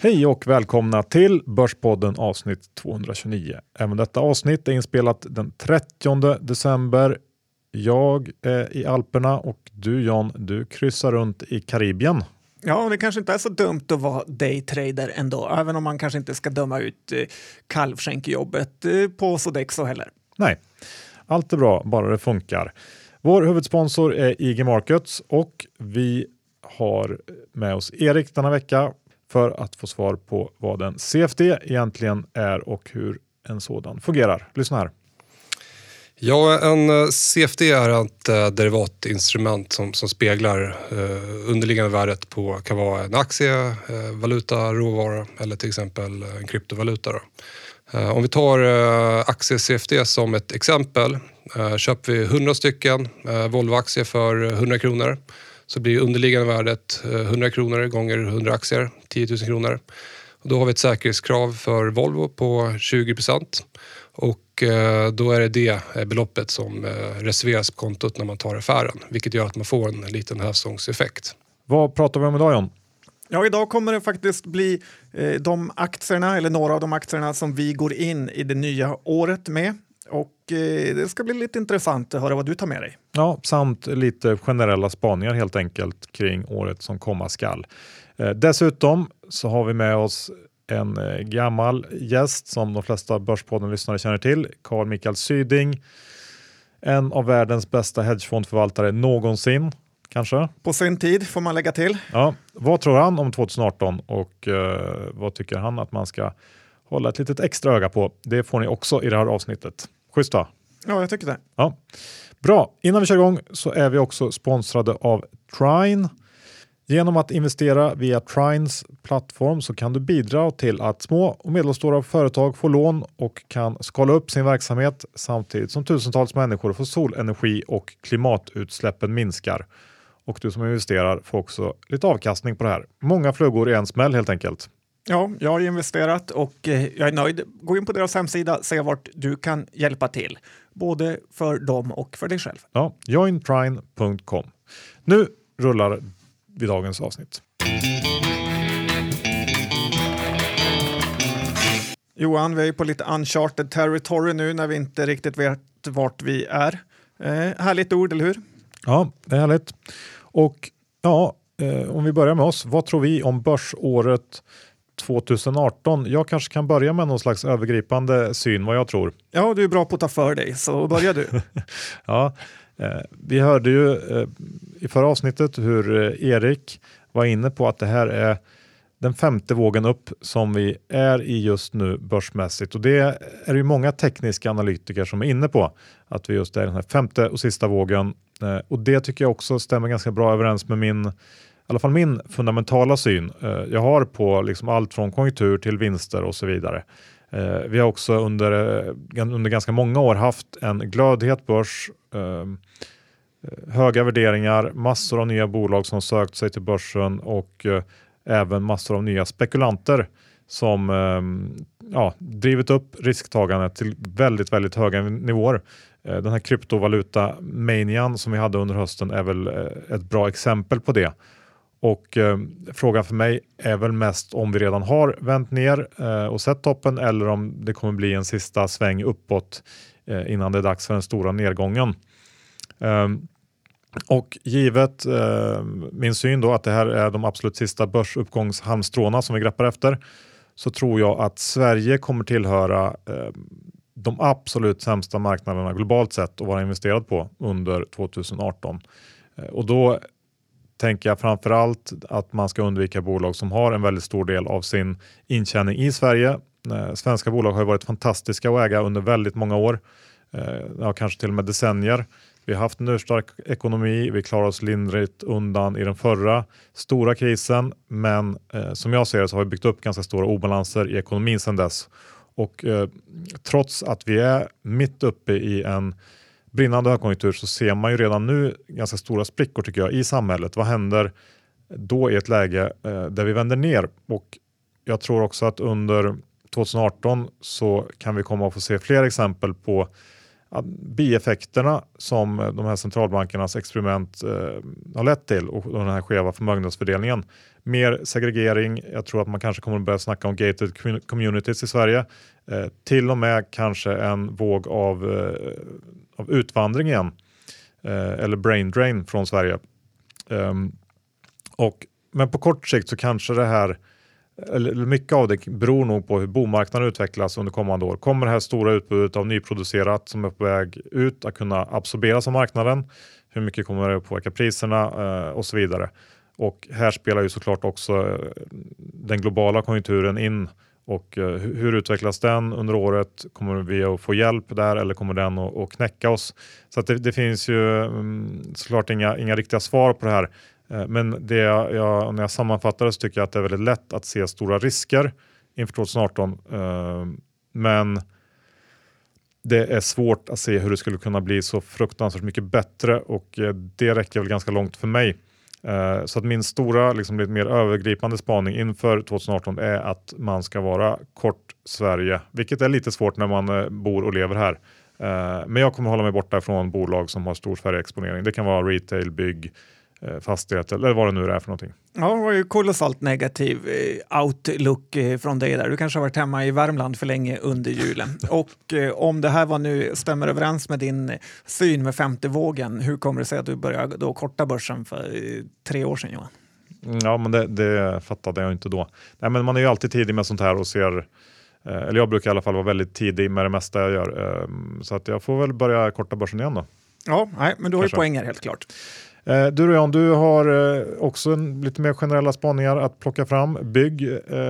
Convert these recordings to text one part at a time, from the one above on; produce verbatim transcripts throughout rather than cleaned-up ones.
Hej och välkomna till Börspodden avsnitt tvåhundratjugonio. Även detta avsnitt är inspelat den trettionde december. Jag är i Alperna och du John, du kryssar runt i Karibien. Ja, det kanske inte är så dumt att vara daytrader ändå, även om man kanske inte ska döma ut eh, kalvskänkejobbet eh, på Sodexo heller. Nej, allt är bra, bara det funkar. Vår huvudsponsor är I G Markets och vi har med oss Erik denna vecka för att få svar på vad en C F D egentligen är och hur en sådan fungerar. Lyssna här. Ja, en C F D är ett äh, derivatinstrument som, som speglar äh, underliggande värdet på, kan vara en aktie, äh, valuta, råvara eller till exempel en kryptovaluta. Då. Äh, om vi tar äh, aktie-C F D som ett exempel, äh, köper vi hundra stycken äh, Volvo-aktier för hundra kronor så blir underliggande värdet äh, hundra kronor gånger hundra aktier, tio tusen kronor. Och då har vi ett säkerhetskrav för Volvo på tjugo procent. Och då är det det beloppet som reserveras på kontot när man tar affären. Vilket gör att man får en liten hävstångseffekt. Vad pratar vi om idag, John? Ja, idag kommer det faktiskt bli eh, de aktierna, eller några av de aktierna som vi går in i det nya året med. Och eh, det ska bli lite intressant att höra vad du tar med dig. Ja, samt lite generella spaningar helt enkelt kring året som komma skall. Eh, dessutom så har vi med oss en eh, gammal gäst som de flesta Börspodden-lyssnare känner till, Carl Michael Syding. En av världens bästa hedgefondförvaltare någonsin, kanske. På sin tid får man lägga till. Ja, vad tror han om tjugoarton och eh, vad tycker han att man ska hålla ett litet extra öga på? Det får ni också i det här avsnittet. Schysst va? Ja, jag tycker det. Ja. Bra, innan vi kör igång så är vi också sponsrade av Trine. Genom att investera via Trines plattform så kan du bidra till att små och medelstora företag får lån och kan skala upp sin verksamhet samtidigt som tusentals människor får solenergi och klimatutsläppen minskar. Och du som investerar får också lite avkastning på det här. Många flugor i en smäll helt enkelt. Ja, jag har investerat och jag är nöjd. Gå in på deras hemsida och se vart du kan hjälpa till. Både för dem och för dig själv. Ja, join trine punkt com. Nu rullar vid dagens avsnitt. Johan, vi är på lite uncharted territory nu när vi inte riktigt vet vart vi är. Eh, härligt ord, eller hur? Ja, det är härligt. Och ja, eh, om vi börjar med oss. Vad tror vi om börsåret tjugoarton? Jag kanske kan börja med någon slags övergripande syn vad jag tror. Ja, du är bra på att ta för dig, så börjar du. Ja, eh, vi hörde ju eh, i förra avsnittet hur eh, Erik var inne på att det här är den femte vågen upp som vi är i just nu börsmässigt. Och det är ju många tekniska analytiker som är inne på att vi just är den här femte och sista vågen. Eh, och det tycker jag också stämmer ganska bra överens med min, i alla fall min fundamentala syn. Eh, jag har på liksom allt från konjunktur till vinster och så vidare. Eh, vi har också under, under ganska många år haft en glödhet börs, eh, höga värderingar, massor av nya bolag som sökt sig till börsen och eh, även massor av nya spekulanter som eh, ja, drivit upp risktagandet till väldigt, väldigt höga nivåer. Eh, den här kryptovaluta-manian som vi hade under hösten är väl eh, ett bra exempel på det. Och eh, frågan för mig är väl mest om vi redan har vänt ner eh, och sett toppen eller om det kommer bli en sista sväng uppåt eh, innan det är dags för den stora nedgången. Eh, och givet eh, min syn då att det här är de absolut sista börsuppgångshalmstråna som vi greppar efter så tror jag att Sverige kommer tillhöra eh, de absolut sämsta marknaderna globalt sett att vara investerad på under tjugoarton. Eh, och då tänker jag framförallt att man ska undvika bolag som har en väldigt stor del av sin intjäning i Sverige. Eh, svenska bolag har varit fantastiska att äga under väldigt många år. Eh, ja, kanske till och med decennier. Vi har haft en urstark ekonomi. Vi klarar oss lindrigt undan i den förra stora krisen. Men eh, som jag ser det så har vi byggt upp ganska stora obalanser i ekonomin sedan dess. Och eh, trots att vi är mitt uppe i en brinnande högkonjunktur så ser man ju redan nu ganska stora sprickor tycker jag i samhället. Vad händer då i ett läge eh, där vi vänder ner? Och jag tror också att under tjugoarton så kan vi komma att få se fler exempel på bieffekterna som de här centralbankernas experiment eh, har lett till och den här skeva förmögenhetsfördelningen. Mer segregering, jag tror att man kanske kommer att börja snacka om gated communities i Sverige. Eh, till och med kanske en våg av, eh, av utvandring igen. Eh, eller brain drain från Sverige. Eh, och, men på kort sikt så kanske det här, eller mycket av det beror nog på hur bomarknaden utvecklas under kommande år. Kommer det här stora utbudet av nyproducerat som är på väg ut att kunna absorberas av marknaden? Hur mycket kommer det att påverka priserna eh, och så vidare? Och här spelar ju såklart också eh, den globala konjunkturen in. Och eh, hur utvecklas den under året? Kommer vi att få hjälp där eller kommer den att, att knäcka oss? Så att det, det finns ju mm, såklart inga, inga riktiga svar på det här. Men det jag, när jag sammanfattar det så tycker jag att det är väldigt lätt att se stora risker inför tjugo arton. Men det är svårt att se hur det skulle kunna bli så fruktansvärt mycket bättre och det räcker väl ganska långt för mig. Så att min stora, liksom lite mer övergripande spaning inför tjugo arton är att man ska vara kort Sverige, vilket är lite svårt när man bor och lever här. Men jag kommer hålla mig borta från bolag som har stor Sverige-exponering. Det kan vara retail, bygg, fastighet eller vad det nu är för någonting. Ja, det var ju kolossalt negativ outlook från dig där. Du kanske har varit hemma i Värmland för länge under julen. Och eh, om det här var nu stämmer överens med din syn med femte vågen, hur kommer det sig att du började då korta börsen för eh, tre år sedan, Johan? Ja, men det, det fattade jag inte då. Nej, men man är ju alltid tidig med sånt här och ser, eh, eller jag brukar i alla fall vara väldigt tidig med det mesta jag gör. Eh, så att jag får väl börja korta börsen igen då. Ja, nej, men du har kanske ju poänger helt klart. Du Jan, du har också en, lite mer generella spaningar att plocka fram. Bygg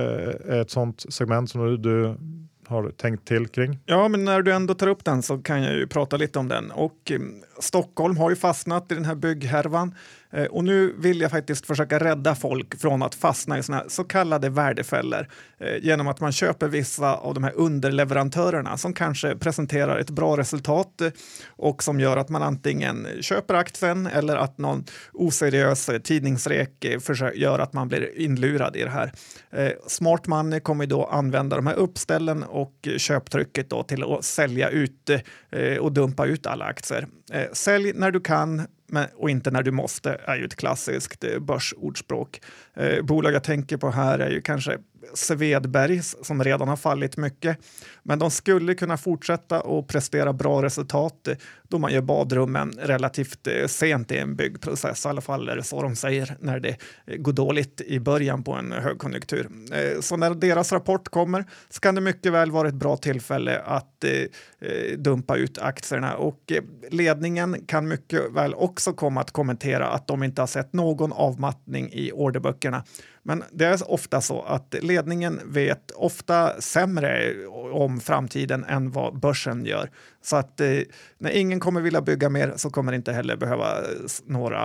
är ett sånt segment som du, du har tänkt till kring. Ja, men när du ändå tar upp den så kan jag ju prata lite om den. Och eh, Stockholm har ju fastnat i den här bygghärvan. Eh, och nu vill jag faktiskt försöka rädda folk från att fastna i såna här så kallade värdefällor. Eh, genom att man köper vissa av de här underleverantörerna som kanske presenterar ett bra resultat eh, och som gör att man antingen köper aktien eller att någon oseriös eh, tidningsrek eh, försöker, gör att man blir inlurad i det här. Eh, Smart Money kommer då använda de här uppställen och köptrycket då till att sälja ut eh, och dumpa ut alla aktier. Eh, sälj när du kan men, och inte när du måste är ju ett klassiskt eh, börsordspråk. Eh, bolag jag tänker på här är ju kanske Svedbergs som redan har fallit mycket. Men de skulle kunna fortsätta och prestera bra resultat eh, då man gör badrummen relativt eh, sent i en byggprocess. I alla fall är det så de säger när det eh, går dåligt i början på en högkonjunktur. Eh, så när deras rapport kommer så kan det mycket väl vara ett bra tillfälle att eh, eh, dumpa ut aktierna. Och eh, ledningen kan mycket väl också komma att kommentera att de inte har sett någon avmattning i orderböckerna. Men det är ofta så att ledningen vet ofta sämre om framtiden än vad börsen gör. Så att eh, när ingen kommer vilja bygga mer så kommer det inte heller behöva några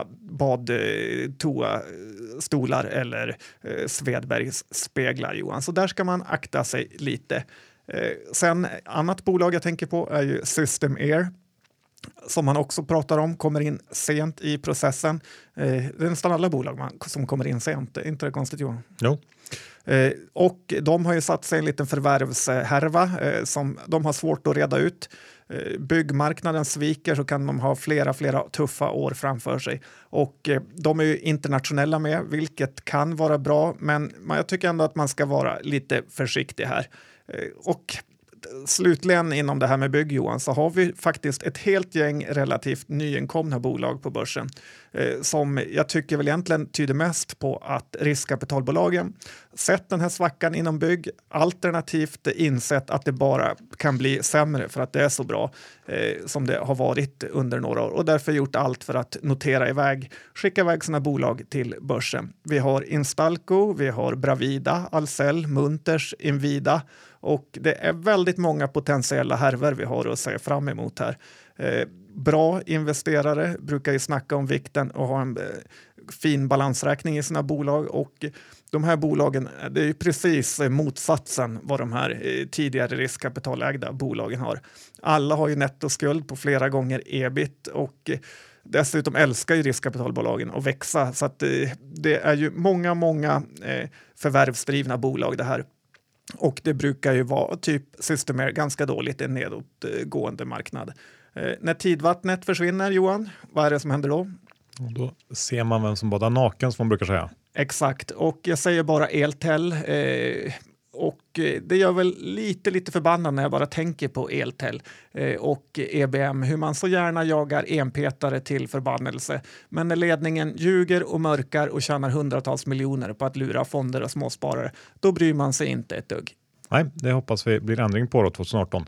badtoa stolar eller eh, Svedbergs speglar, Johan. Så där ska man akta sig lite. Eh, sen annat bolag jag tänker på är ju System Air. Som man också pratar om, kommer in sent i processen. Eh, det är nästan alla bolag man, som kommer in sent. Inte det konstigt, Johan? Jo. Eh, och de har ju satt sig en liten förvärvshärva eh, som de har svårt att reda ut. Eh, byggmarknaden sviker så kan de ha flera, flera tuffa år framför sig. Och eh, de är ju internationella med, vilket kan vara bra. Men jag tycker ändå att man ska vara lite försiktig här. Eh, och slutligen inom det här med bygg, Johan, så har vi faktiskt ett helt gäng relativt nyinkomna bolag på börsen eh, som jag tycker väl egentligen tyder mest på att riskkapitalbolagen sett den här svackan inom bygg, alternativt insett att det bara kan bli sämre för att det är så bra eh, som det har varit under några år och därför gjort allt för att notera iväg, skicka iväg sina bolag till börsen. Vi har Instalco, vi har Bravida, Ahlsell, Munters, Invida. Och det är väldigt många potentiella härvor vi har att se fram emot här. Eh, bra investerare brukar ju snacka om vikten och ha en eh, fin balansräkning i sina bolag. Och de här bolagen, det är ju precis motsatsen vad de här eh, tidigare riskkapitalägda bolagen har. Alla har ju nettoskuld på flera gånger ebit och eh, dessutom älskar ju riskkapitalbolagen att växa. Så att, eh, det är ju många, många eh, förvärvsdrivna bolag det här. Och det brukar ju vara typ System Air ganska dåligt i en nedåtgående marknad. Eh, när tidvattnet försvinner, Johan, vad är det som händer då? Och då ser man vem som badar naken, som man brukar säga. Exakt, och jag säger bara Eltel. Eh, och det gör väl lite, lite förbannad när jag bara tänker på Eltel eh, och E B M, hur man så gärna jagar enpetare till förbannelse. Men när ledningen ljuger och mörkar och tjänar hundratals miljoner på att lura fonder och småsparare, då bryr man sig inte ett dugg. Nej, det hoppas vi blir ändring på då tjugo arton.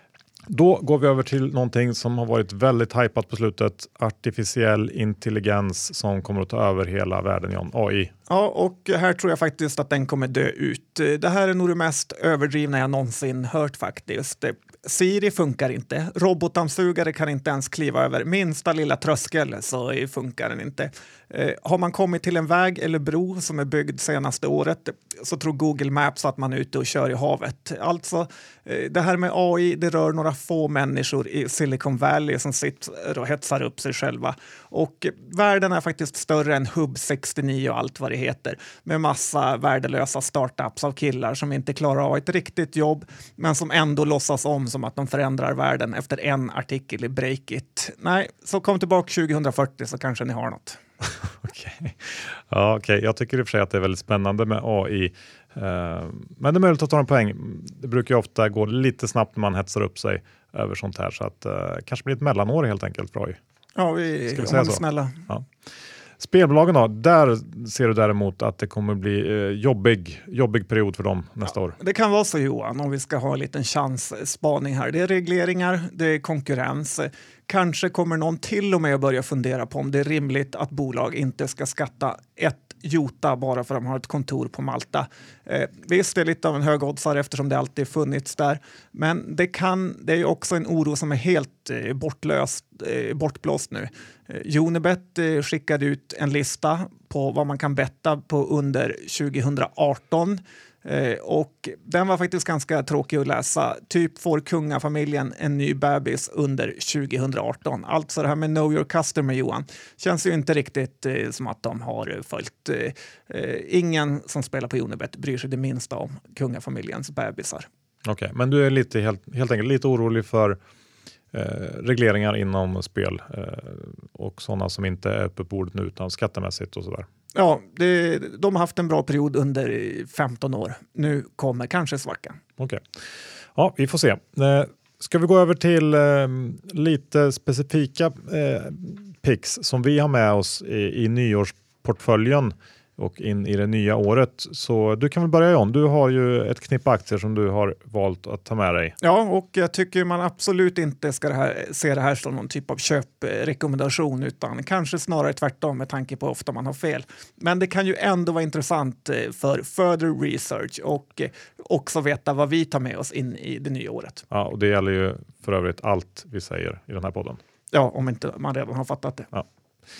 Då går vi över till någonting som har varit väldigt hypat på slutet. Artificiell intelligens som kommer att ta över hela världen, John. A I. Ja, och här tror jag faktiskt att den kommer dö ut. Det här är nog det mest överdrivna jag någonsin hört faktiskt. Siri funkar inte. Robotdammsugare kan inte ens kliva över minsta lilla tröskel, så funkar den inte. Eh, har man kommit till en väg eller bro som är byggd senaste året, så tror Google Maps att man är ute och kör i havet. Alltså, eh, det här med A I, det rör några få människor i Silicon Valley som sitter och hetsar upp sig själva. Och världen är faktiskt större än Hub sextionio och allt vad det heter, med massa värdelösa startups av killar som inte klarar av ett riktigt jobb, men som ändå låtsas om som att de förändrar världen efter en artikel i Breakit. Nej, så kom tillbaka tjugo fyrtio så kanske ni har något. Okej. Okay. Ja, okay. Jag tycker i och för sig att det är väldigt spännande med A I. Uh, men det är möjligt att ta en poäng. Det brukar ju ofta gå lite snabbt när man hetsar upp sig över sånt här. Så att uh, kanske blir ett mellanår helt enkelt för A I. Ja, vi, Ska vi säga så? Snälla. Ja. Spelbolagen då, där ser du däremot att det kommer bli eh, jobbig, jobbig period för dem nästa ja, år. Det kan vara så, Johan, om vi ska ha en liten chansspaning här. Det är regleringar, det är konkurrens. Kanske kommer någon till och med att börja fundera på om det är rimligt att bolag inte ska skatta ett jota bara för att de har ett kontor på Malta. Eh, visst, det är lite av en högoddsare eftersom det alltid funnits där. Men det, kan, det är också en oro som är helt eh, bortlöst, eh, bortblåst nu. Eh, Unibet eh, skickade ut en lista på vad man kan betta på under tjugo arton. Eh, och den var faktiskt ganska tråkig att läsa. Typ får kungafamiljen en ny bebis under tjugo arton. Alltså det här med Know Your Customer, Johan, känns ju inte riktigt eh, som att de har följt. Eh, ingen som spelar på Unibet bryr sig det minsta om kungafamiljens bebisar. Okej, okay, men du är lite, helt, helt enkelt lite orolig för eh, regleringar inom spel eh, och sådana som inte är uppe på bordet nu utan skattemässigt och sådär. Ja, det, de har haft en bra period under femton år. Nu kommer kanske svackan. Okej. Okay. Ja, vi får se. Eh, ska vi gå över till eh, lite specifika eh, picks som vi har med oss i, i nyårsportföljen och in i det nya året. Så du kan väl börja John. Du har ju ett knippe aktier som du har valt att ta med dig. Ja, och jag tycker man absolut inte ska det här, se det här som någon typ av köprekommendation, utan kanske snarare tvärtom med tanke på hur ofta man har fel. Men det kan ju ändå vara intressant för further research och också veta vad vi tar med oss in i det nya året. Ja, och det gäller ju för övrigt allt vi säger i den här podden. Ja, om inte man redan har fattat det. Ja.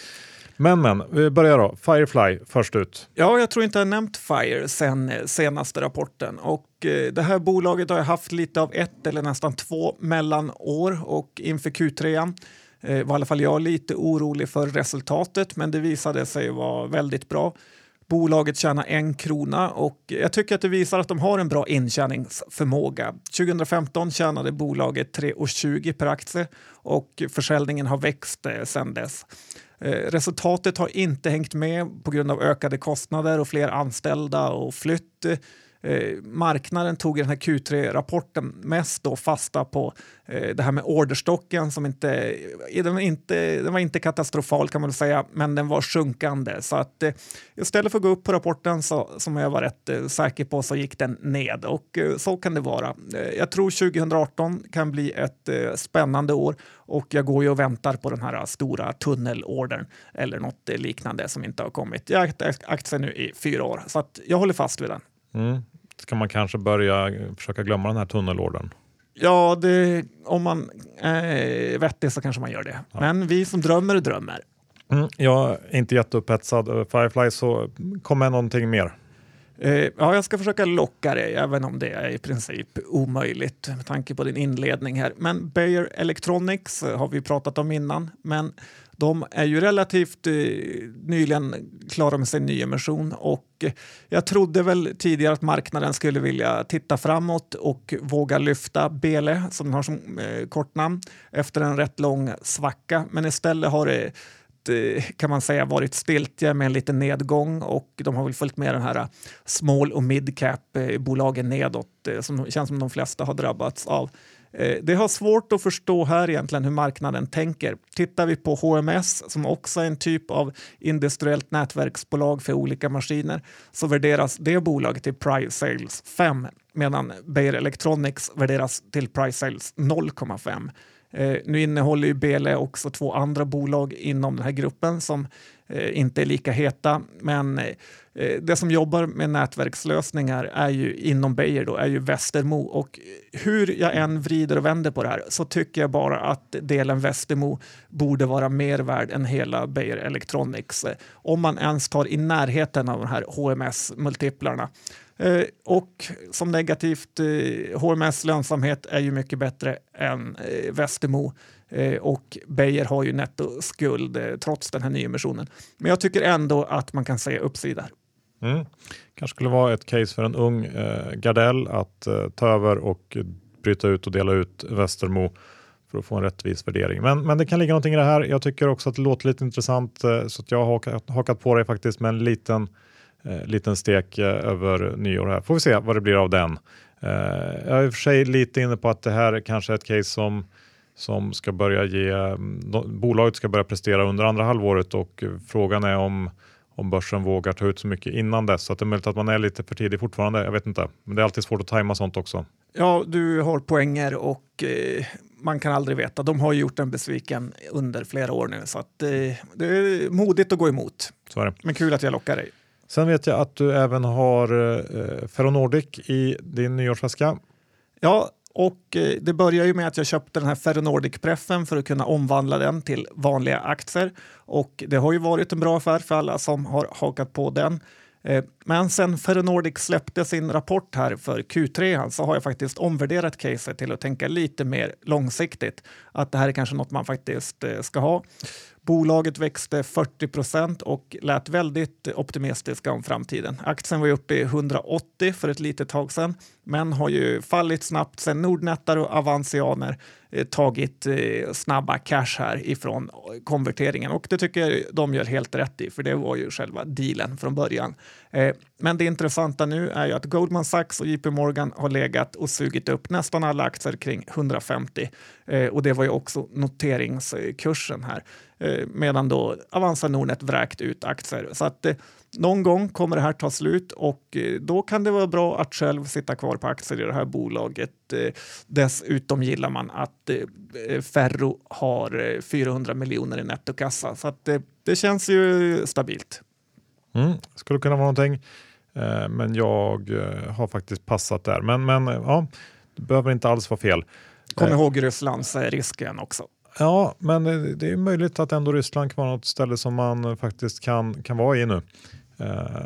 Men, men, vi börjar då. Firefly först ut. Ja, jag tror inte jag har nämnt Fire sen senaste rapporten. Och eh, det här bolaget har jag haft lite av ett eller nästan två mellanår. Och inför Q tre eh, var i alla fall jag lite orolig för resultatet. Men det visade sig vara väldigt bra. Bolaget tjänar en krona och jag tycker att det visar att de har en bra intjäningsförmåga. tjugo femton tjänade bolaget tre komma tjugo per aktie och försäljningen har växt eh, sedan dess. Eh, resultatet har inte hängt med på grund av ökade kostnader och fler anställda och flytt. Eh, marknaden tog i den här Q tre-rapporten mest då fasta på eh, det här med orderstocken som inte, den var inte, den var inte katastrofal kan man säga, men den var sjunkande. Så att eh, istället för att gå upp på rapporten så, som jag var rätt eh, säker på så gick den ned och eh, så kan det vara. Eh, jag tror tjugo arton kan bli ett eh, spännande år och jag går ju och väntar på den här stora tunnelordern eller något eh, liknande som inte har kommit. Jag har ägt aktien nu i fyra år så att jag håller fast vid den. Mm. Ska man kanske börja försöka glömma den här tunnelorden? Ja, det, om man är vettig så kanske man gör det. Ja. Men vi som drömmer drömmer. Mm, jag är inte jätteupphetsad över Firefly, så kom med någonting mer. Eh, ja, jag ska försöka locka dig, även om det är i princip omöjligt med tanke på din inledning här. Men Beijer Electronics har vi pratat om innan, men de är ju relativt eh, nyligen klara med sin nyemission och eh, jag trodde väl tidigare att marknaden skulle vilja titta framåt och våga lyfta B L E, som har som eh, kortnamn, efter en rätt lång svacka. Men istället har det kan man säga varit stiltje med en liten nedgång och de har väl följt med den här small och mid cap bolagen nedåt som känns som de flesta har drabbats av. Det har svårt att förstå här egentligen hur marknaden tänker. Tittar vi på H M S som också är en typ av industriellt nätverksbolag för olika maskiner så värderas det bolaget till price sales fem medan Beijer Electronics värderas till price sales noll komma fem. Eh, nu innehåller ju B L E också två andra bolag inom den här gruppen som eh, inte är lika heta, men eh, det som jobbar med nätverkslösningar är ju inom Beijer då är ju Westermo, och hur jag än vrider och vänder på det här så tycker jag bara att delen Westermo borde vara mer värd än hela Beijer Electronics eh, om man ens tar i närheten av de här H M S-multiplarna. Eh, och som negativt, eh, H M S lönsamhet är ju mycket bättre än eh, Westermo eh, och Beijer har ju nettoskuld eh, trots den här nyemissionen. Men jag tycker ändå att man kan säga uppsida. Mm. Kanske skulle vara ett case för en ung eh, Gardell att eh, ta över och bryta ut och dela ut Westermo för att få en rättvis värdering. Men, men det kan ligga någonting i det här. Jag tycker också att det låter lite intressant eh, så att jag har hakat, hakat på det faktiskt med en liten Eh, liten stek eh, över nyår här. Får vi se vad det blir av den. Eh, jag är i och för sig lite inne på att det här kanske är ett case som, som ska börja ge, de, bolaget ska börja prestera under andra halvåret och eh, frågan är om, om börsen vågar ta ut så mycket innan dess. Så att det är möjligt att man är lite för tidig fortfarande, jag vet inte. Men det är alltid svårt att tajma sånt också. Ja, du har poänger och eh, man kan aldrig veta. De har gjort en besviken under flera år nu så att eh, det är modigt att gå emot. Så är det. Men kul att jag lockar dig. Sen vet jag att du även har eh, Ferronordic i din nyårsväska. Ja, och eh, det börjar ju med att jag köpte den här Ferronordic-preffen för att kunna omvandla den till vanliga aktier. Och det har ju varit en bra affär för alla som har hakat på den. Eh, men sen Ferronordic släppte sin rapport här för Q tre så har jag faktiskt omvärderat caset till att tänka lite mer långsiktigt. Att det här är kanske något man faktiskt eh, ska ha. Bolaget växte fyrtio procent och lät väldigt optimistiska om framtiden. Aktien var ju uppe i hundraåttio för ett litet tag sedan, men har ju fallit snabbt sedan Nordnetar och Avancianer eh, tagit eh, snabba cash här ifrån konverteringen. Och det tycker jag de gör helt rätt i, för det var ju själva dealen från början. Eh, men det intressanta nu är ju att Goldman Sachs och J P Morgan har legat och sugit upp nästan alla aktier kring hundrafemtio. Eh, och det var ju också noteringskursen här. Eh, medan då Avanza Nordnet vräkt ut aktier. Så att eh, någon gång kommer det här ta slut och eh, då kan det vara bra att själv sitta kvar på aktier i det här bolaget. Eh, dessutom gillar man att eh, Ferro har eh, fyrahundra miljoner i nettokassa. Så att eh, det känns ju stabilt. Mm, skulle kunna vara någonting. Eh, men jag eh, har faktiskt passat där. Men, men ja, det behöver inte alls vara fel. Kom ihåg Rysslands eh, risken också. Ja, men det är möjligt att ändå Ryssland kan vara något ställe som man faktiskt kan, kan vara i nu. Uh,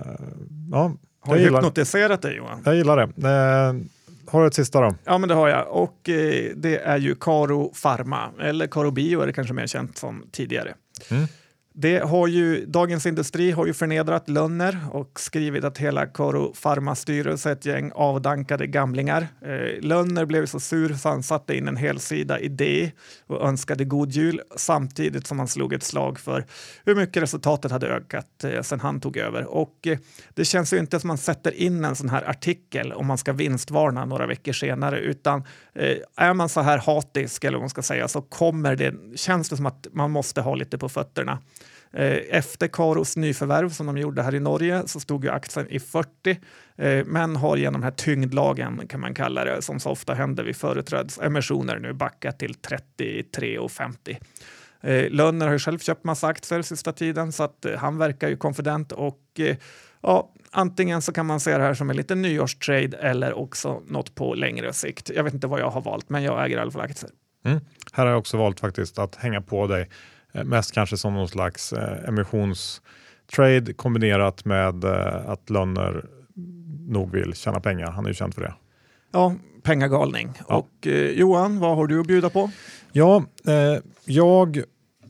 ja, har du hypnotiserat dig, Johan? Jag gillar det. Uh, har du ett sista då? Ja, men det har jag. Och eh, det är ju Karo Pharma, eller Karo Bio är det kanske mer känt som tidigare. Mm. Det har ju, Dagens Industri har ju förnedrat Lönner och skrivit att hela Karo Pharma styrelse är ett gäng avdankade gamlingar. Eh, Lönner blev så sur så han satte in en hel sida idé och önskade god jul samtidigt som han slog ett slag för hur mycket resultatet hade ökat eh, sedan han tog över. Och eh, det känns ju inte som man sätter in en sån här artikel om man ska vinstvarna några veckor senare, utan eh, är man så här hatisk eller vad man ska säga så kommer det, känns det som att man måste ha lite på fötterna. Efter Karos nyförvärv som de gjorde här i Norge så stod ju aktien i fyrtio, men har genom den här tyngdlagen kan man kalla det, som så ofta händer vid företrädesemissioner, nu backat till trettiotre komma femtio. Lönner har ju själv köpt massa aktier sista tiden så att han verkar ju konfident och ja, antingen så kan man se det här som en liten nyårstrade eller också något på längre sikt. Jag vet inte vad jag har valt, men jag äger i alla fall aktier. Mm. Här har jag också valt faktiskt att hänga på dig. Mest kanske som någon slags eh, emissionstrade kombinerat med eh, att Lönner nog vill tjäna pengar. Han är ju känd för det. Ja, pengagalning. Ja. Och eh, Johan, vad har du att bjuda på? Ja, eh, jag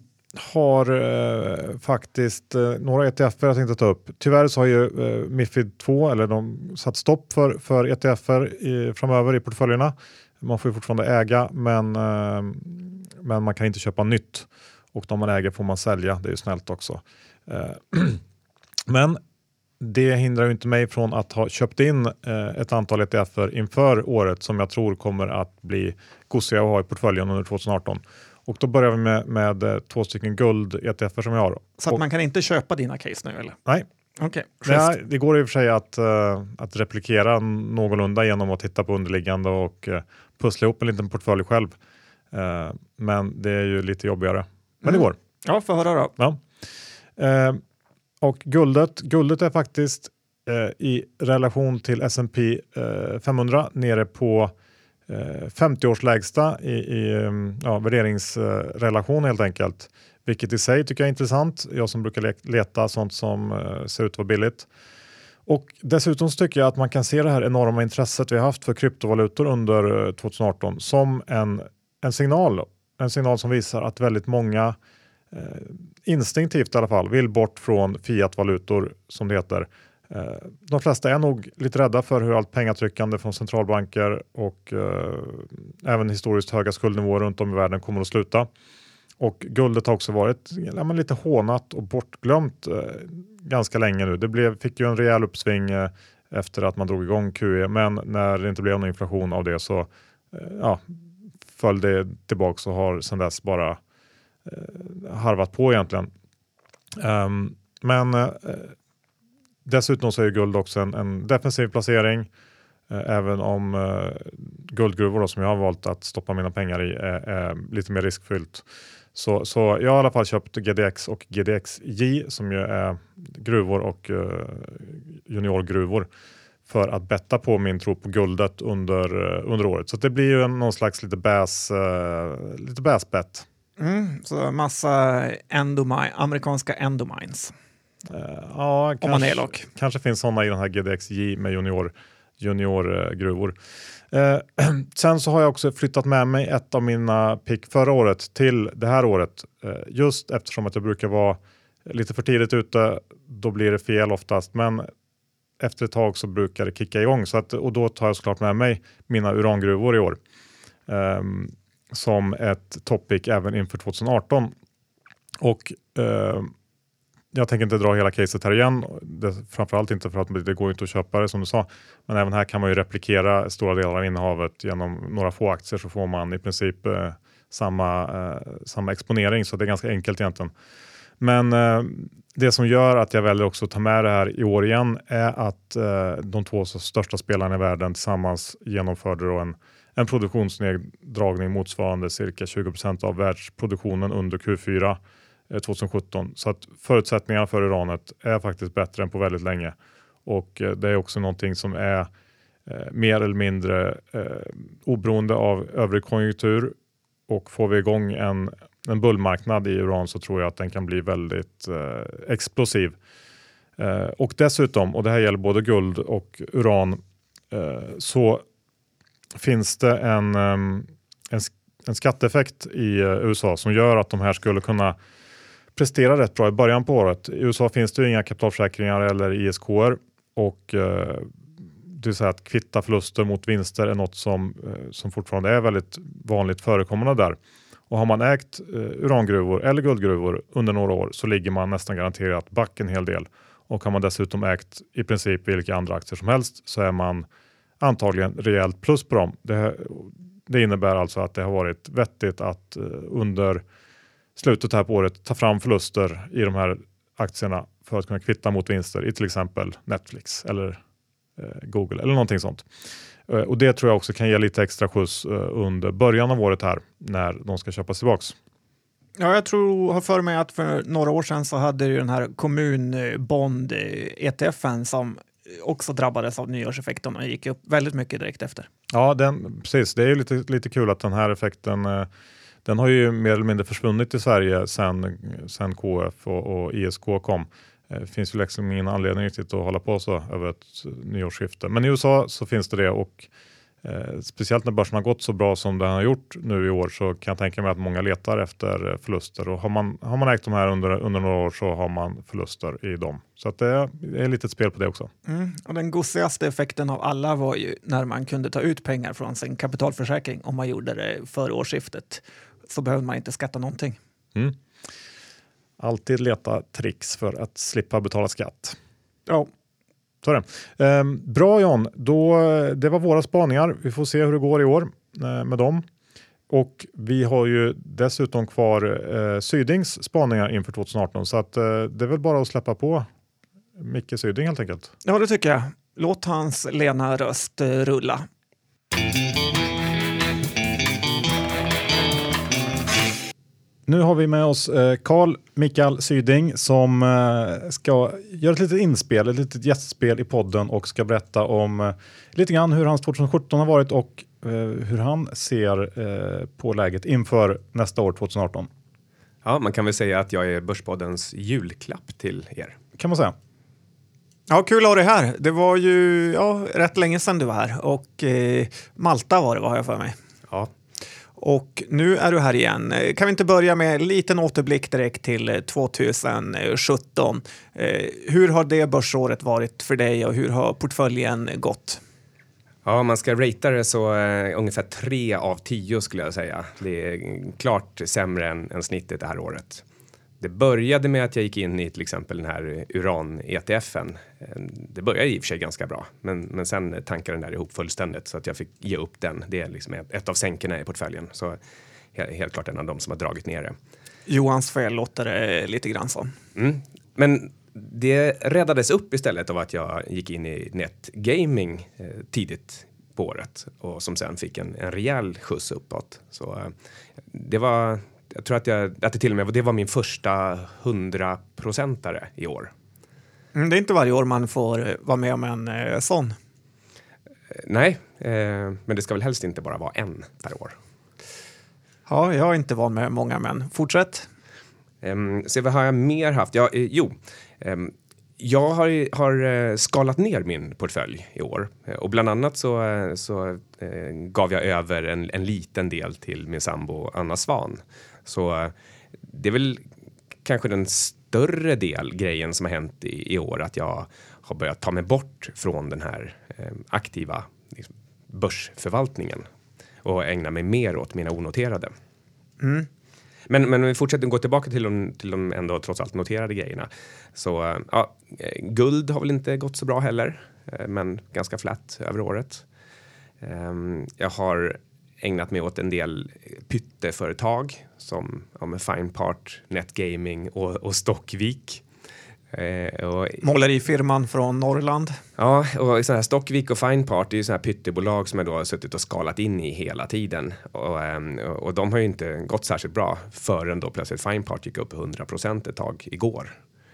har eh, faktiskt eh, några E T F-er jag tänkte ta upp. Tyvärr så har ju eh, MiFID två, eller de satt stopp för, för E T F-er i, framöver i portföljerna. Man får ju fortfarande äga, men, eh, men man kan inte köpa nytt. Och de man äger får man sälja, det är ju snällt också. Eh, men det hindrar ju inte mig från att ha köpt in eh, ett antal E T F-er inför året som jag tror kommer att bli gosiga att ha i portföljen under tjugoarton. Och då börjar vi med, med eh, två stycken guld-E T F-er som jag har. Så att och, man kan inte köpa dina case nu, eller? Nej. Okej, Ja, det går i och för sig att, uh, att replikera någorlunda genom att titta på underliggande och uh, pussla ihop en liten portfölj själv. Uh, men det är ju lite jobbigare. Men Mm. det går. Ja, för höra då. Ja. Uh, och guldet, guldet är faktiskt uh, i relation till S and P uh, femhundra nere på uh, femtio års lägsta i, i um, ja, värderingsrelation helt enkelt. Vilket i sig tycker jag är intressant. Jag som brukar le- leta sånt som uh, ser ut att vara billigt. Och dessutom så tycker jag att man kan se det här enorma intresset vi har haft för kryptovalutor under uh, tjugoarton som en, en signal. En signal som visar att väldigt många uh, instinktivt i alla fall vill bort från fiatvalutor som det heter. Uh, de flesta är nog lite rädda för hur allt pengatryckande från centralbanker och uh, även historiskt höga skuldnivåer runt om i världen kommer att sluta. Och guldet har också varit ja, men lite hånat och bortglömt eh, ganska länge nu. Det blev, fick ju en rejäl uppsving eh, efter att man drog igång Q E. Men när det inte blev någon inflation av det så eh, ja, föll det tillbaka och har sedan dess bara eh, harvat på egentligen. Um, men eh, dessutom så är guld också en, en defensiv placering. Eh, även om eh, guldgruvor då, som jag har valt att stoppa mina pengar i är, är lite mer riskfyllt. Så, så jag har i alla fall köpt G D X och G D X J som ju är gruvor och uh, juniorgruvor för att betta på min tro på guldet under, uh, under året. Så det blir ju en, någon slags lite bäs, uh, lite bäsbett. Mm, så massa endomine, amerikanska endomines. Uh, ja, Om kanske, man är elak. kanske finns sådana i den här G D X J med junior, juniorgruvor. Eh, sen så har jag också flyttat med mig ett av mina pick förra året till det här året. Eh, just eftersom att jag brukar vara lite för tidigt ute, då blir det fel oftast. Men efter ett tag så brukar det kicka igång. Så att, och då tar jag såklart med mig mina urangruvor i år. Eh, som ett topic även inför tjugoarton. Och eh, jag tänker inte dra hela caset här igen. Det, framförallt inte för att det går inte att köpa det som du sa. Men även här kan man ju replikera stora delar av innehavet genom några få aktier så får man i princip eh, samma, eh, samma exponering. Så det är ganska enkelt egentligen. Men eh, det som gör att jag väljer också att ta med det här i år igen är att eh, de två största spelarna i världen tillsammans genomförde då en, en produktionsneddragning motsvarande cirka tjugo procent av världsproduktionen under Q fyra tjugosjutton. Så att förutsättningarna för uranet är faktiskt bättre än på väldigt länge. Och eh, det är också någonting som är eh, mer eller mindre eh, oberoende av övrig konjunktur. Och får vi igång en, en bullmarknad i uran så tror jag att den kan bli väldigt eh, explosiv. Eh, och dessutom, och det här gäller både guld och uran, eh, så finns det en, en, en skatteeffekt i eh, U S A som gör att de här skulle kunna presterar rätt bra i början på året. I U S A finns det ju inga kapitalförsäkringar eller I S K-er och eh, det vill säga att kvitta förluster mot vinster är något som, eh, som fortfarande är väldigt vanligt förekommande där. Och har man ägt eh, urangruvor eller guldgruvor under några år så ligger man nästan garanterat back en hel del. Och har man dessutom ägt i princip vilka andra aktier som helst så är man antagligen rejält plus på dem. Det, det innebär alltså att det har varit vettigt att eh, under slutet här på året ta fram förluster i de här aktierna för att kunna kvitta mot vinster i till exempel Netflix eller eh, Google eller någonting sånt. Eh, och det tror jag också kan ge lite extra skjuts eh, under början av året här när de ska köpas tillbaks. Ja, jag tror, har för mig att för några år sedan så hade ju den här kommunbond-E T F:en som också drabbades av nyårseffekten och gick upp väldigt mycket direkt efter. Ja, den, precis. Det är ju lite, lite kul att den här effekten eh, den har ju mer eller mindre försvunnit i Sverige sen, sen K F och, och I S K kom. Det finns ju liksom ingen anledning riktigt att hålla på så över ett nyårsskifte. Men i U S A så finns det det, och eh, speciellt när börsen har gått så bra som den har gjort nu i år, så kan jag tänka mig att många letar efter förluster. Och har man, har man ägt de här under, under några år så har man förluster i dem. Så att det är, det är lite spel på det också. Mm. Och den gosigaste effekten av alla var ju när man kunde ta ut pengar från sin kapitalförsäkring om man gjorde det före årsskiftet. Så behövde man inte skatta någonting. Mm. Alltid leta tricks för att slippa betala skatt. Ja. Så är det. Eh, bra John, då, det var våra spaningar. Vi får se hur det går i år eh, med dem. Och vi har ju dessutom kvar eh, Sydings spaningar inför tjugo arton. Så att, eh, det är väl bara att släppa på Micke Syding helt enkelt. Ja, det tycker jag. Låt hans lena röst eh, rulla. Nu har vi med oss Carl Mikael Syding som eh, ska göra ett litet inspel, ett litet gästspel i podden och ska berätta om eh, lite grann hur hans tjugo sjutton har varit och eh, hur han ser eh, på läget inför nästa år tjugo arton. Ja, man kan väl säga att jag är Börspoddens julklapp till er. Kan man säga. Ja, kul att ha dig här. Det var ju ja, rätt länge sedan du var här och eh, Malta var det, vad har jag för mig. Ja. Och nu är du här igen. Kan vi inte börja med en liten återblick direkt till tjugo sjutton? Eh, hur har det börsåret varit för dig och hur har portföljen gått? Ja, om man ska ratea det så uh, ungefär tre av tio skulle jag säga. Det är klart sämre än, än snittet det här året. Det började med att jag gick in i till exempel den här uran-E T F:en. Det började i och för sig ganska bra, men, men sen tankade den där ihop fullständigt så att jag fick ge upp den. Det är liksom ett, ett av sänkerna i portföljen, så helt, helt klart en av dem som har dragit ner det. Johans fel låter det lite grann så. Mm. Men det räddades upp istället av att jag gick in i netgaming eh, tidigt på året och som sen fick en, en rejäl skjuts uppåt. Så eh, det var... Jag tror att, jag, att det till och med det var min första hundraprocentare i år. Mm, det är inte varje år man får vara med om en eh, sån. Nej, eh, men det ska väl helst inte bara vara en per år. Ja, jag har inte varit med många, men fortsätt. Eh, så vad har jag mer haft? Ja, eh, jo, eh, jag har, har skalat ner min portfölj i år. Och bland annat så, så eh, gav jag över en, en liten del till min sambo Anna Svan. Så det är väl kanske den större del grejen som har hänt i, i år. Att jag har börjat ta mig bort från den här eh, aktiva liksom, börsförvaltningen. Och ägna mig mer åt mina onoterade. Mm. Men, men om vi fortsätter gå tillbaka till de, till de ändå trots allt noterade grejerna. Så ja, guld har väl inte gått så bra heller. Men ganska flat över året. Jag har ägnat mig åt en del pytteföretag. Som ja, Finepart, Netgaming och, och Stockvik. Eh, och, Målerifirman från Norrland. Ja, och så här Stockvik och Finepart är ju så här pyttebolag som jag då har suttit och skalat in i hela tiden. Och, och de har ju inte gått särskilt bra förrän då plötsligt Finepart gick upp hundra procent ett tag igår.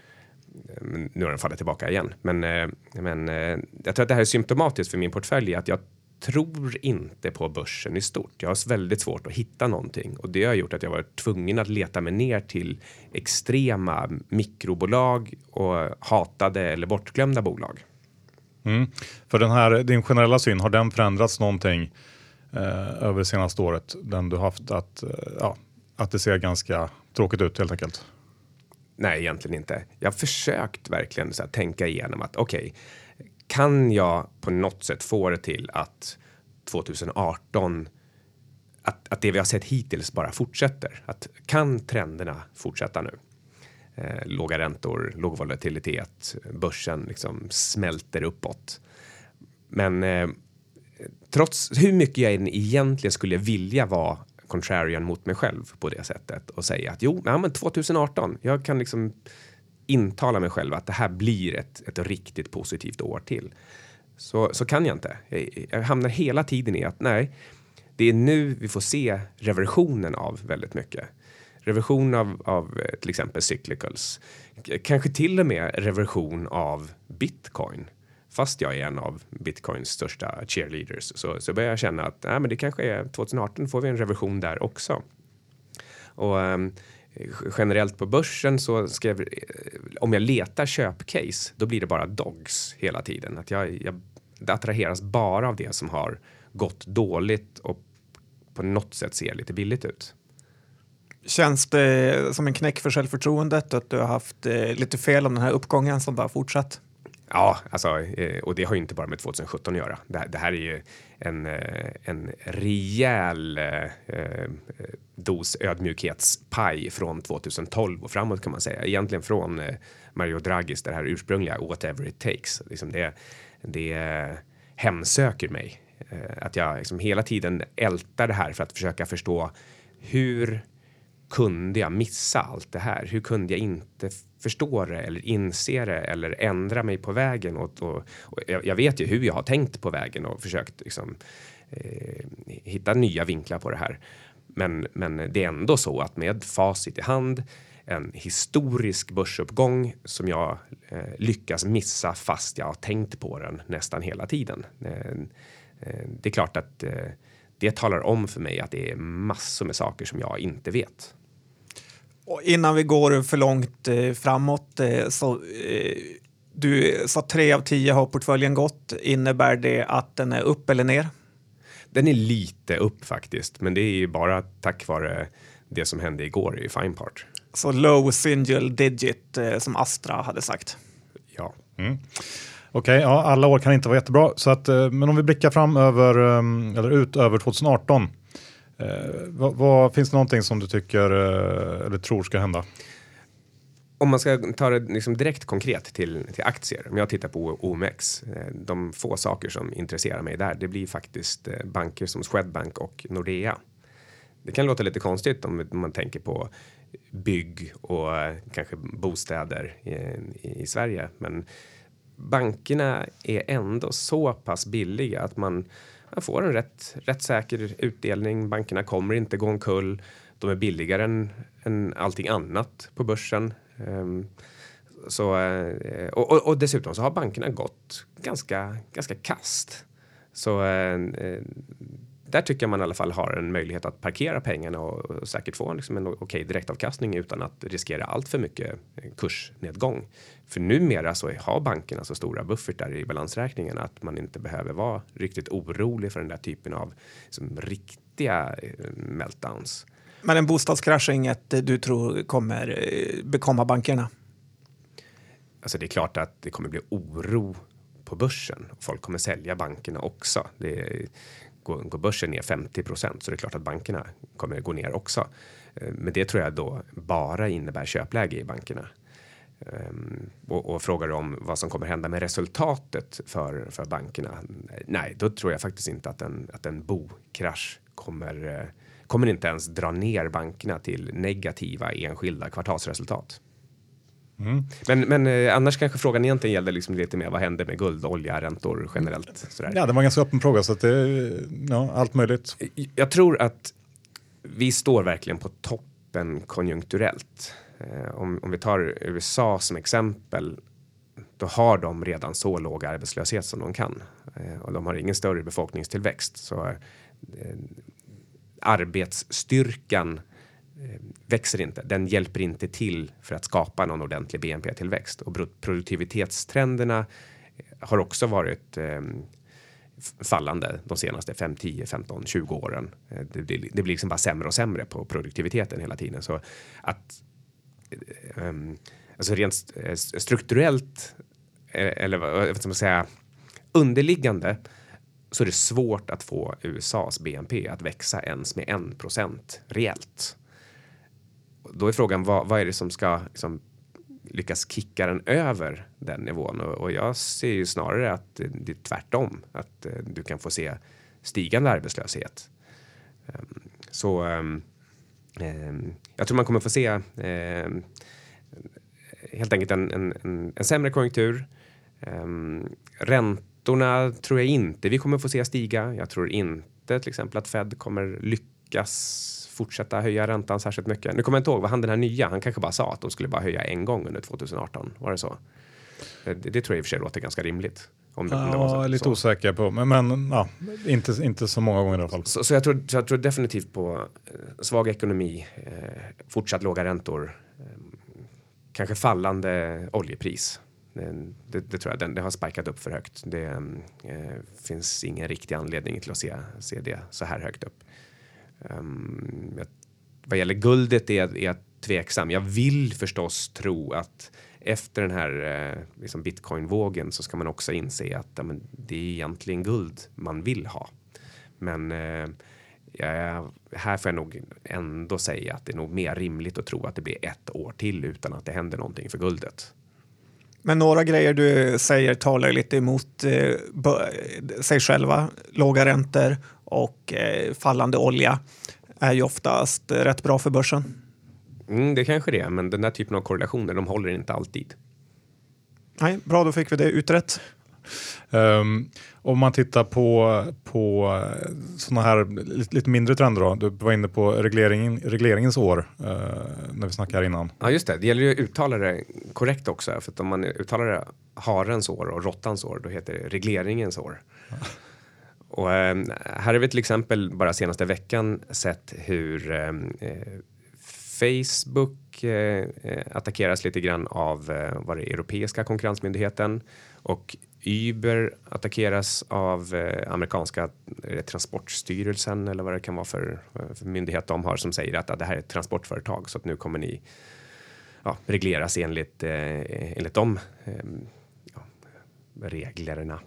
Nu har den fallit tillbaka igen. Men, men jag tror att det här är symptomatiskt för min portfölj, att jag tror inte på börsen i stort. Jag har väldigt svårt att hitta någonting. Och det har gjort att jag varit tvungen att leta mig ner till extrema mikrobolag och hatade eller bortglömda bolag. Mm. För den här, din generella syn, har den förändrats någonting eh, över det senaste året? Den du haft att, eh, ja, att det ser ganska tråkigt ut helt enkelt? Nej, egentligen inte. Jag har försökt verkligen så här, tänka igenom att okej, okay, kan jag på något sätt få det till att tjugo arton, att, att det vi har sett hittills bara fortsätter? Att kan trenderna fortsätta nu? Eh, låga räntor, låg volatilitet, börsen liksom smälter uppåt. Men eh, trots hur mycket jag egentligen skulle vilja vara contrarian mot mig själv på det sättet och säga att jo, men tjugo arton, jag kan liksom intala mig själv att det här blir ett, ett riktigt positivt år till. Så, så kan jag inte. Jag, jag hamnar hela tiden i att nej, det är nu vi får se reversionen av väldigt mycket. Reversion av, av till exempel cyclicals. Kanske till och med reversion av Bitcoin. Fast jag är en av Bitcoins största cheerleaders så, så börjar jag känna att nej, men det kanske är tjugo arton får vi en reversion där också. Och um, generellt på börsen så ska jag, om jag letar köpcase, då blir det bara dogs hela tiden. Att jag, jag det attraheras bara av det som har gått dåligt och på något sätt ser lite billigt ut. Känns det som en knäck för självförtroendet att du har haft eh, lite fel om den här uppgången som bara fortsatt? Ja, alltså, och det har ju inte bara med tjugohundrasjutton att göra. Det, det här är ju en, en rejäl eh, dos ödmjukhetspaj från tjugotolv och framåt kan man säga. Egentligen från eh, Mario Draghis, det här ursprungliga whatever it takes. Liksom det, det hemsöker mig. Eh, att jag liksom hela tiden ältar det här för att försöka förstå hur kunde jag missa allt det här? Hur kunde jag inte förstå det eller inse det eller ändra mig på vägen? Och, och, och jag, jag vet ju hur jag har tänkt på vägen och försökt liksom, eh, hitta nya vinklar på det här. Men, men det är ändå så att med facit i hand, en historisk börsuppgång som jag eh, lyckas missa fast jag har tänkt på den nästan hela tiden. Eh, eh, det är klart att eh, det talar om för mig att det är massor med saker som jag inte vet. Och innan vi går för långt eh, framåt eh, så eh, du sa tre av tio har portföljen gått. Innebär det att den är upp eller ner? Den är lite upp faktiskt, men det är ju bara tack vare det som hände igår i Fine Part. Så low single digit eh, som Astra hade sagt. Ja. Mm. Okej, okay, ja, alla år kan inte vara jättebra. Så att, men om vi blickar fram över, eller ut över tjugoarton. Eh, vad, vad, finns det någonting som du tycker eller tror ska hända? Om man ska ta det liksom direkt konkret till, till aktier. Om jag tittar på O M X. De få saker som intresserar mig där. Det blir faktiskt banker som Swedbank och Nordea. Det kan låta lite konstigt om man tänker på bygg och kanske bostäder i, i Sverige. Men bankerna är ändå så pass billiga att man, man får en rätt, rätt säker utdelning. Bankerna kommer inte gå omkull. De är billigare än, än allting annat på börsen. Um, så, och, och, och dessutom så har bankerna gått ganska, ganska kast. Så uh, där tycker jag man i alla fall har en möjlighet att parkera pengarna och, och säkert få liksom en okej direktavkastning utan att riskera allt för mycket kursnedgång. För numera så har bankerna så stora buffertar i balansräkningen att man inte behöver vara riktigt orolig för den där typen av liksom, riktiga meltdowns. Men en bostadskrasch är inget du tror kommer bekomma bankerna? Alltså det är klart att det kommer bli oro på börsen. Folk kommer sälja bankerna också. Det är, går, går börsen ner femtio procent så det är klart att bankerna kommer gå ner också. Men det tror jag då bara innebär köpläge i bankerna. Um, och, och frågar om vad som kommer hända med resultatet för, för bankerna. Nej, då tror jag faktiskt inte att en, att en bokrasch kommer... kommer inte ens dra ner bankerna till negativa enskilda kvartalsresultat. Mm. Men, men eh, annars kanske frågan egentligen gällde liksom lite mer vad händer med guld, olja, räntor generellt. Sådär. Ja, det var en ganska öppen fråga så att det är ja, allt möjligt. Jag tror att vi står verkligen på toppen konjunkturellt. Eh, om, om vi tar U S A som exempel, då har de redan så låg arbetslöshet som de kan. Eh, och de har ingen större befolkningstillväxt. Så eh, arbetsstyrkan eh, växer inte. Den hjälper inte till för att skapa någon ordentlig B N P-tillväxt. Och produktivitetstrenderna har också varit eh, fallande de senaste fem, tio, femton, tjugo åren. Eh, det, det, det blir liksom bara sämre och sämre på produktiviteten hela tiden. Så att eh, eh, alltså rent eh, strukturellt eh, eller vad ska man säga underliggande så är det svårt att få U S A:s B N P att växa ens med en procent reellt. Då är frågan, vad, vad är det som ska liksom, lyckas kicka den över den nivån? Och, och jag ser ju snarare att det är tvärtom. Att uh, du kan få se stigande arbetslöshet. Um, så um, um, jag tror man kommer få se um, helt enkelt en, en, en, en sämre konjunktur. Um, ränta tror jag inte vi kommer få se stiga. Jag tror inte till exempel att Fed kommer lyckas fortsätta höja räntan särskilt mycket. Nu kommer jag inte ihåg vad han den här nya, han kanske bara sa att de skulle bara höja en gång under tjugoarton. Var det så? Det, det tror jag i och för sig låter ganska rimligt. Om det, ja, om det var så, lite så. osäker på, men, men ja, inte, inte så många gånger i alla fall. Så, så, jag, tror, så jag tror definitivt på eh, svag ekonomi, eh, fortsatt låga räntor, eh, kanske fallande oljepris. Det, det tror jag, den, det har spikat upp för högt. Det eh, finns ingen riktig anledning till att se, se det så här högt upp. Um, jag, vad gäller guldet är, är jag tveksam. Jag vill förstås tro att efter den här eh, liksom bitcoin-vågen så ska man också inse att ja, men det är egentligen guld man vill ha. Men eh, ja, här får jag nog ändå säga att det är nog mer rimligt att tro att det blir ett år till utan att det händer någonting för guldet. Men några grejer du säger talar lite emot eh, sig själva. Låga räntor och eh, fallande olja är ju oftast eh, rätt bra för börsen. Mm, det kanske det är, men den där typen av korrelationer, de håller inte alltid. Nej, bra, då fick vi det utrett. Um, om man tittar på, på såna här lite, lite mindre trender då. Du var inne på regleringen, regleringens år uh, när vi snackade här innan. Ja, just det. Det gäller ju att uttala det korrekt också. För att om man uttalar det harens år och råttans år, då heter det regleringens år. Och eh, här har vi till exempel bara senaste veckan sett hur eh, Facebook eh, attackeras lite grann av eh, vad det är, Europeiska konkurrensmyndigheten, och Uber attackeras av eh, amerikanska eh, transportstyrelsen eller vad det kan vara för, för myndighet de har, som säger att, att det här är ett transportföretag, så att nu kommer ni ja, regleras enligt, eh, enligt de eh, ja, reglerna.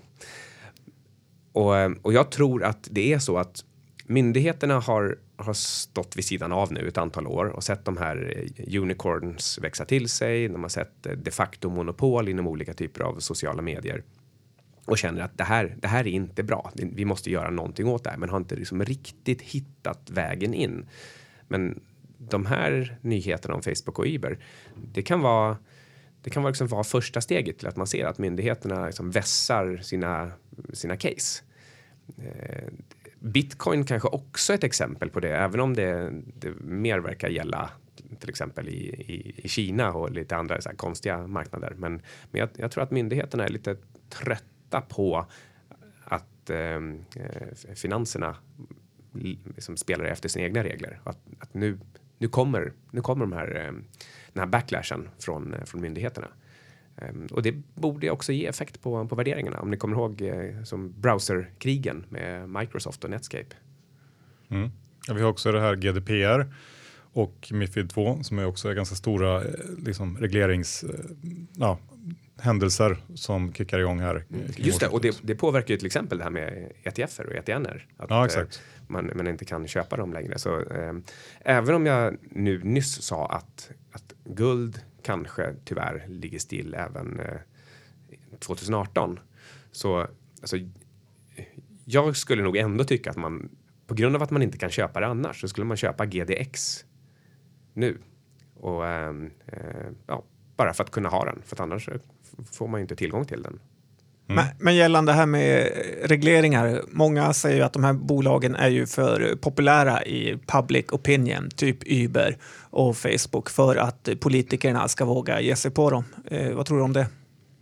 Och, och jag tror att det är så att myndigheterna har, har stått vid sidan av nu ett antal år och sett de här unicorns växa till sig. De har sett de facto monopol inom olika typer av sociala medier och känner att det här, det här är inte bra. Vi måste göra någonting åt det här, men har inte liksom riktigt hittat vägen in. Men de här nyheterna om Facebook och Uber, det kan vara Det kan liksom vara första steget till att man ser att myndigheterna liksom vässar sina, sina case. Eh, Bitcoin kanske också är ett exempel på det, även om det, det mer verkar gälla till exempel i, i, i Kina och lite andra så här konstiga marknader. Men, men jag, jag tror att myndigheterna är lite trötta på att eh, finanserna liksom spelar efter sina egna regler. Att, att nu, nu, kommer, nu kommer de här... Eh, den här backlashen från, från myndigheterna. Um, och det borde också ge effekt på, på värderingarna. Om ni kommer ihåg eh, som browserkrigen med Microsoft och Netscape. Mm. Ja, vi har också det här G D P R och MiFID två som är också ganska stora liksom, reglerings... Ja, händelser som kickar igång här. Mm. Just det, och det, det påverkar ju till exempel det här med E T F-er och E T N-er. Att ja, exakt. Eh, man, man inte kan köpa dem längre. Så, eh, även om jag nu nyss sa att, att guld kanske tyvärr ligger still även eh, tjugo arton. Så alltså, jag skulle nog ändå tycka att man, på grund av att man inte kan köpa det annars, så skulle man köpa G D X nu. Och eh, ja, bara för att kunna ha den. För att annars får man ju inte tillgång till den. Mm. Men, men gällande det här med regleringar, många säger ju att de här bolagen är ju för populära i public opinion, typ Uber och Facebook, för att politikerna ska våga ge sig på dem. Eh, vad tror du om det?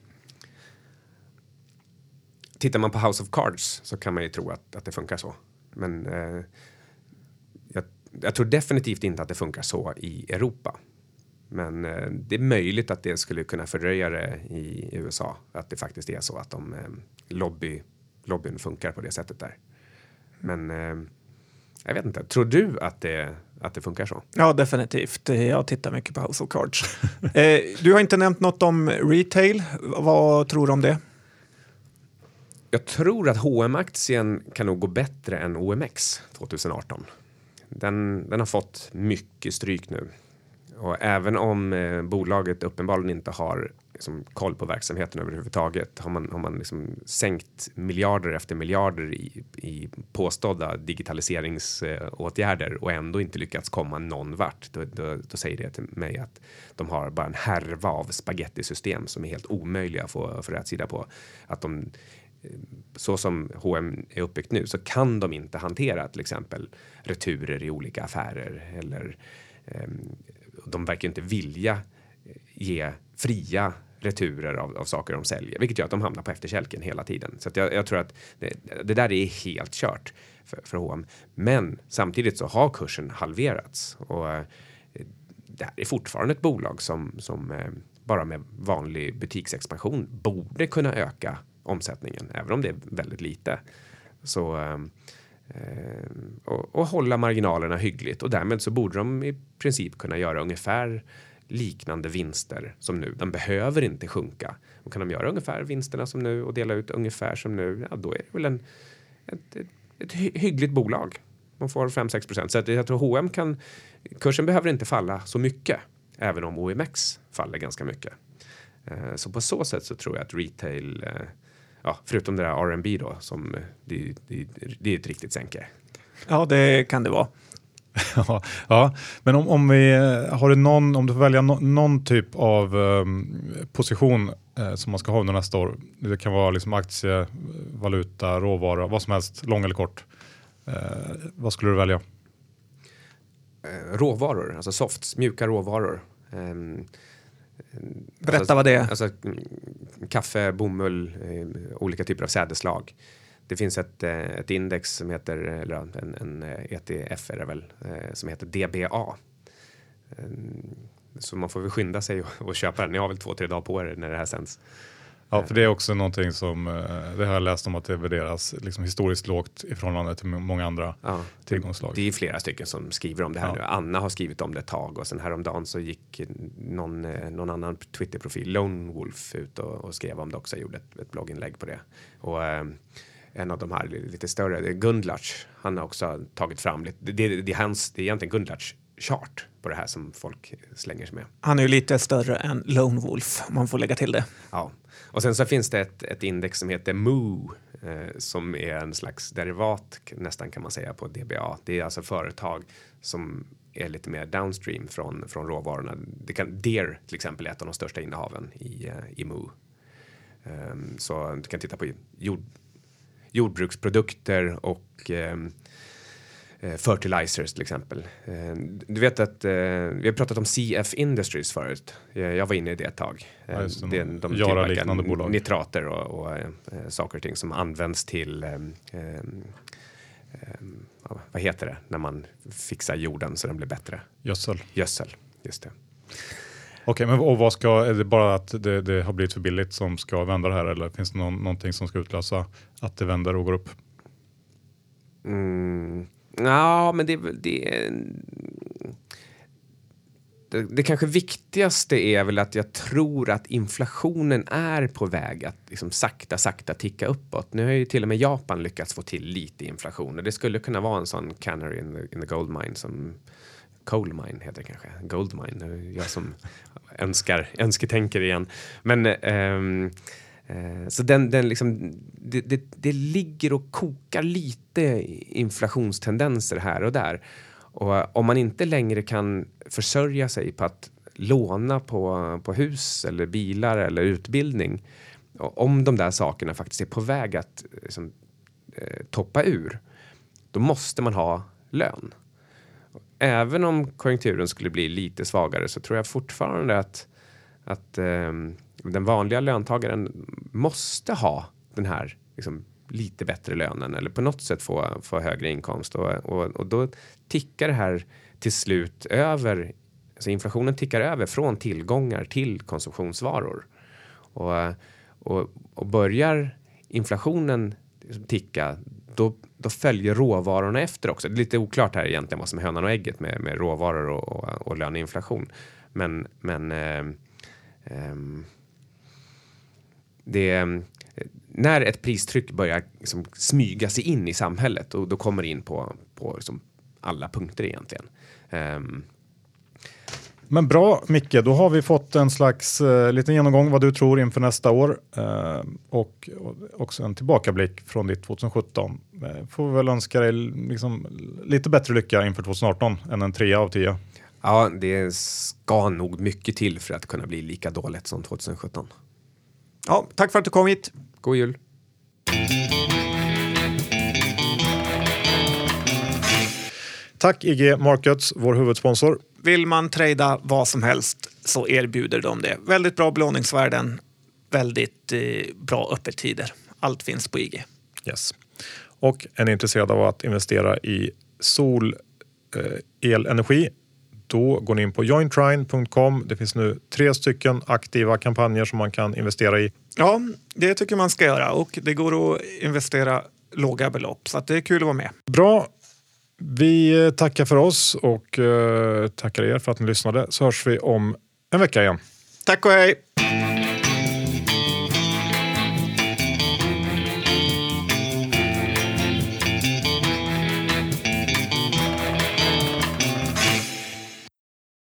Tittar man på House of Cards så kan man ju tro att, att det funkar så. Men eh, jag, jag tror definitivt inte att det funkar så i Europa. Men eh, det är möjligt att det skulle kunna fördröja det i U S A. Att det faktiskt är så att de, eh, lobby, lobbyn funkar på det sättet där. Men eh, jag vet inte. Tror du att det, att det funkar så? Ja, definitivt. Jag tittar mycket på House of Cards. eh, du har inte nämnt något om retail. Vad tror du om det? Jag tror att H och M-aktien kan nog gå bättre än O M X tjugo arton. Den, den har fått mycket stryk nu. Och även om eh, bolaget uppenbarligen inte har liksom, koll på verksamheten överhuvudtaget, har man, har man liksom sänkt miljarder efter miljarder i, i påstådda digitaliseringsåtgärder eh, och ändå inte lyckats komma någon vart. Då, då, då säger det till mig att de har bara en härva av spagettisystem som är helt omöjliga att få, få rätt sida på. Att de, så som H och M är uppbyggt nu, så kan de inte hantera till exempel returer i olika affärer eller eh, de verkar inte vilja ge fria returer av, av saker de säljer, vilket gör att de hamnar på efterkälken hela tiden. Så att jag, jag tror att det, det där är helt kört för, för H och M. Men samtidigt så har kursen halverats och eh, det här är fortfarande ett bolag som, som eh, bara med vanlig butiksexpansion borde kunna öka omsättningen, även om det är väldigt lite. Så, eh, och, och hålla marginalerna hyggligt, och därmed så borde de i princip kunna göra ungefär liknande vinster som nu. De behöver inte sjunka. Och kan de göra ungefär vinsterna som nu och dela ut ungefär som nu, ja, då är det väl en, ett, ett, ett hyggligt bolag. Man får fem till sex procent. Så att jag tror H och M kan, kursen behöver inte falla så mycket, även om O M X faller ganska mycket. Så på så sätt så tror jag att retail, ja, förutom det där R and B då, som det, det, det är ett riktigt sänke. Ja, det kan det vara. ja, ja, men om, om vi har det någon, om du får välja no, någon typ av um, position eh, som man ska ha under nästa år. Det kan vara liksom aktie, valuta, råvara, vad som helst, lång eller kort. Eh, vad skulle du välja? Eh, råvaror, alltså softs, mjuka råvaror. Um, Berätta alltså, vad det är. Alltså, kaffe, bomull, eh, olika typer av sädeslag. Det finns ett, ett index som heter, eller en, en E T F är det väl, som heter D B A. Så man får väl skynda sig och, och köpa den. Ni har väl två, tre dagar på er när det här sänds. Ja, för det är också någonting som, det har jag läst om, att det värderas liksom historiskt lågt i förhållande till många andra ja, tillgångslag. Det är flera stycken som skriver om det här ja. nu. Anna har skrivit om det ett tag, och sen häromdagen så gick någon, någon annan Twitter-profil, Lone Wolf, ut och, och skrev om det också, gjorde ett, ett blogginlägg på det. Och en av de här lite större, Gundlach, han har också tagit fram lite, det, det, det, är, hans, det är egentligen Gundlachs chart på det här som folk slänger sig med. Han är ju lite större än Lone Wolf, om man får lägga till det. Ja, och sen så finns det ett, ett index som heter M O O, eh, som är en slags derivat nästan, kan man säga, på D B A. Det är alltså företag som är lite mer downstream från, från råvarorna. Det kan, Deere till exempel är ett av de största innehaven i, i M O O. Um, så du kan titta på jord jordbruksprodukter och eh, fertilizers till exempel. Eh, du vet att eh, vi har pratat om C F Industries förut. Jag, jag var inne i det ett tag. Eh, ja, det, de de tillverkar bolag. Nitrater och, och eh, saker och ting som används till eh, eh, vad heter det när man fixar jorden så den blir bättre? Gödsel. Gödsel, just det. Okej, men och vad ska, är det bara att det, det har blivit för billigt som ska vända det här, eller finns det någon, någonting som ska utlösa att det vänder och går upp? Mm, ja, men det, det, det, det kanske viktigaste är väl att jag tror att inflationen är på väg att liksom sakta, sakta ticka uppåt. Nu har ju till och med Japan lyckats få till lite inflation, och det skulle kunna vara en sån canary in the, in the gold mine som coal mine heter det kanske. Gold mine. Jag som önskar, önsketänker igen. Men ähm, äh, så den, den liksom, det, det, det ligger och kokar lite inflationstendenser här och där. Och om man inte längre kan försörja sig på att låna på, på hus eller bilar eller utbildning, om de där sakerna faktiskt är på väg att liksom, eh, toppa ur, då måste man ha lön. Även om konjunkturen skulle bli lite svagare så tror jag fortfarande att, att eh, den vanliga löntagaren måste ha den här liksom, lite bättre lönen eller på något sätt få, få högre inkomst. Och, och, och då tickar det här till slut över, alltså inflationen tickar över från tillgångar till konsumtionsvaror. Och, och, och börjar inflationen ticka, då, då följer råvarorna efter också. Det är lite oklart här egentligen vad som är hönan och ägget med, med råvaror och, och, och löneinflation. Men, men eh, eh, det, när ett pristryck börjar liksom smyga sig in i samhället, och då kommer det in på, på liksom alla punkter egentligen. Eh, Men bra, Micke, då har vi fått en slags eh, liten genomgång vad du tror inför nästa år eh, och, och också en tillbakablick från ditt tjugohundrasjutton. Eh, får vi väl önska dig liksom, lite bättre lycka inför tjugoarton än en trea av tio. Ja, det ska nog mycket till för att kunna bli lika dåligt som tjugohundrasjutton. Ja, tack för att du kom hit. God jul. Tack I G Markets, vår huvudsponsor. vill man trada vad som helst så erbjuder de det. Väldigt bra belåningsvärden, väldigt eh, bra öppettider. Allt finns på I G. Yes. Och är ni intresserade av att investera i solelenergi, då går ni in på join trine punkt com. Det finns nu tre stycken aktiva kampanjer som man kan investera i. Ja, det tycker man ska göra och det går att investera låga belopp så att det är kul att vara med. Bra. Vi tackar för oss och uh, tackar er för att ni lyssnade. Så hörs vi om en vecka igen. Tack och hej!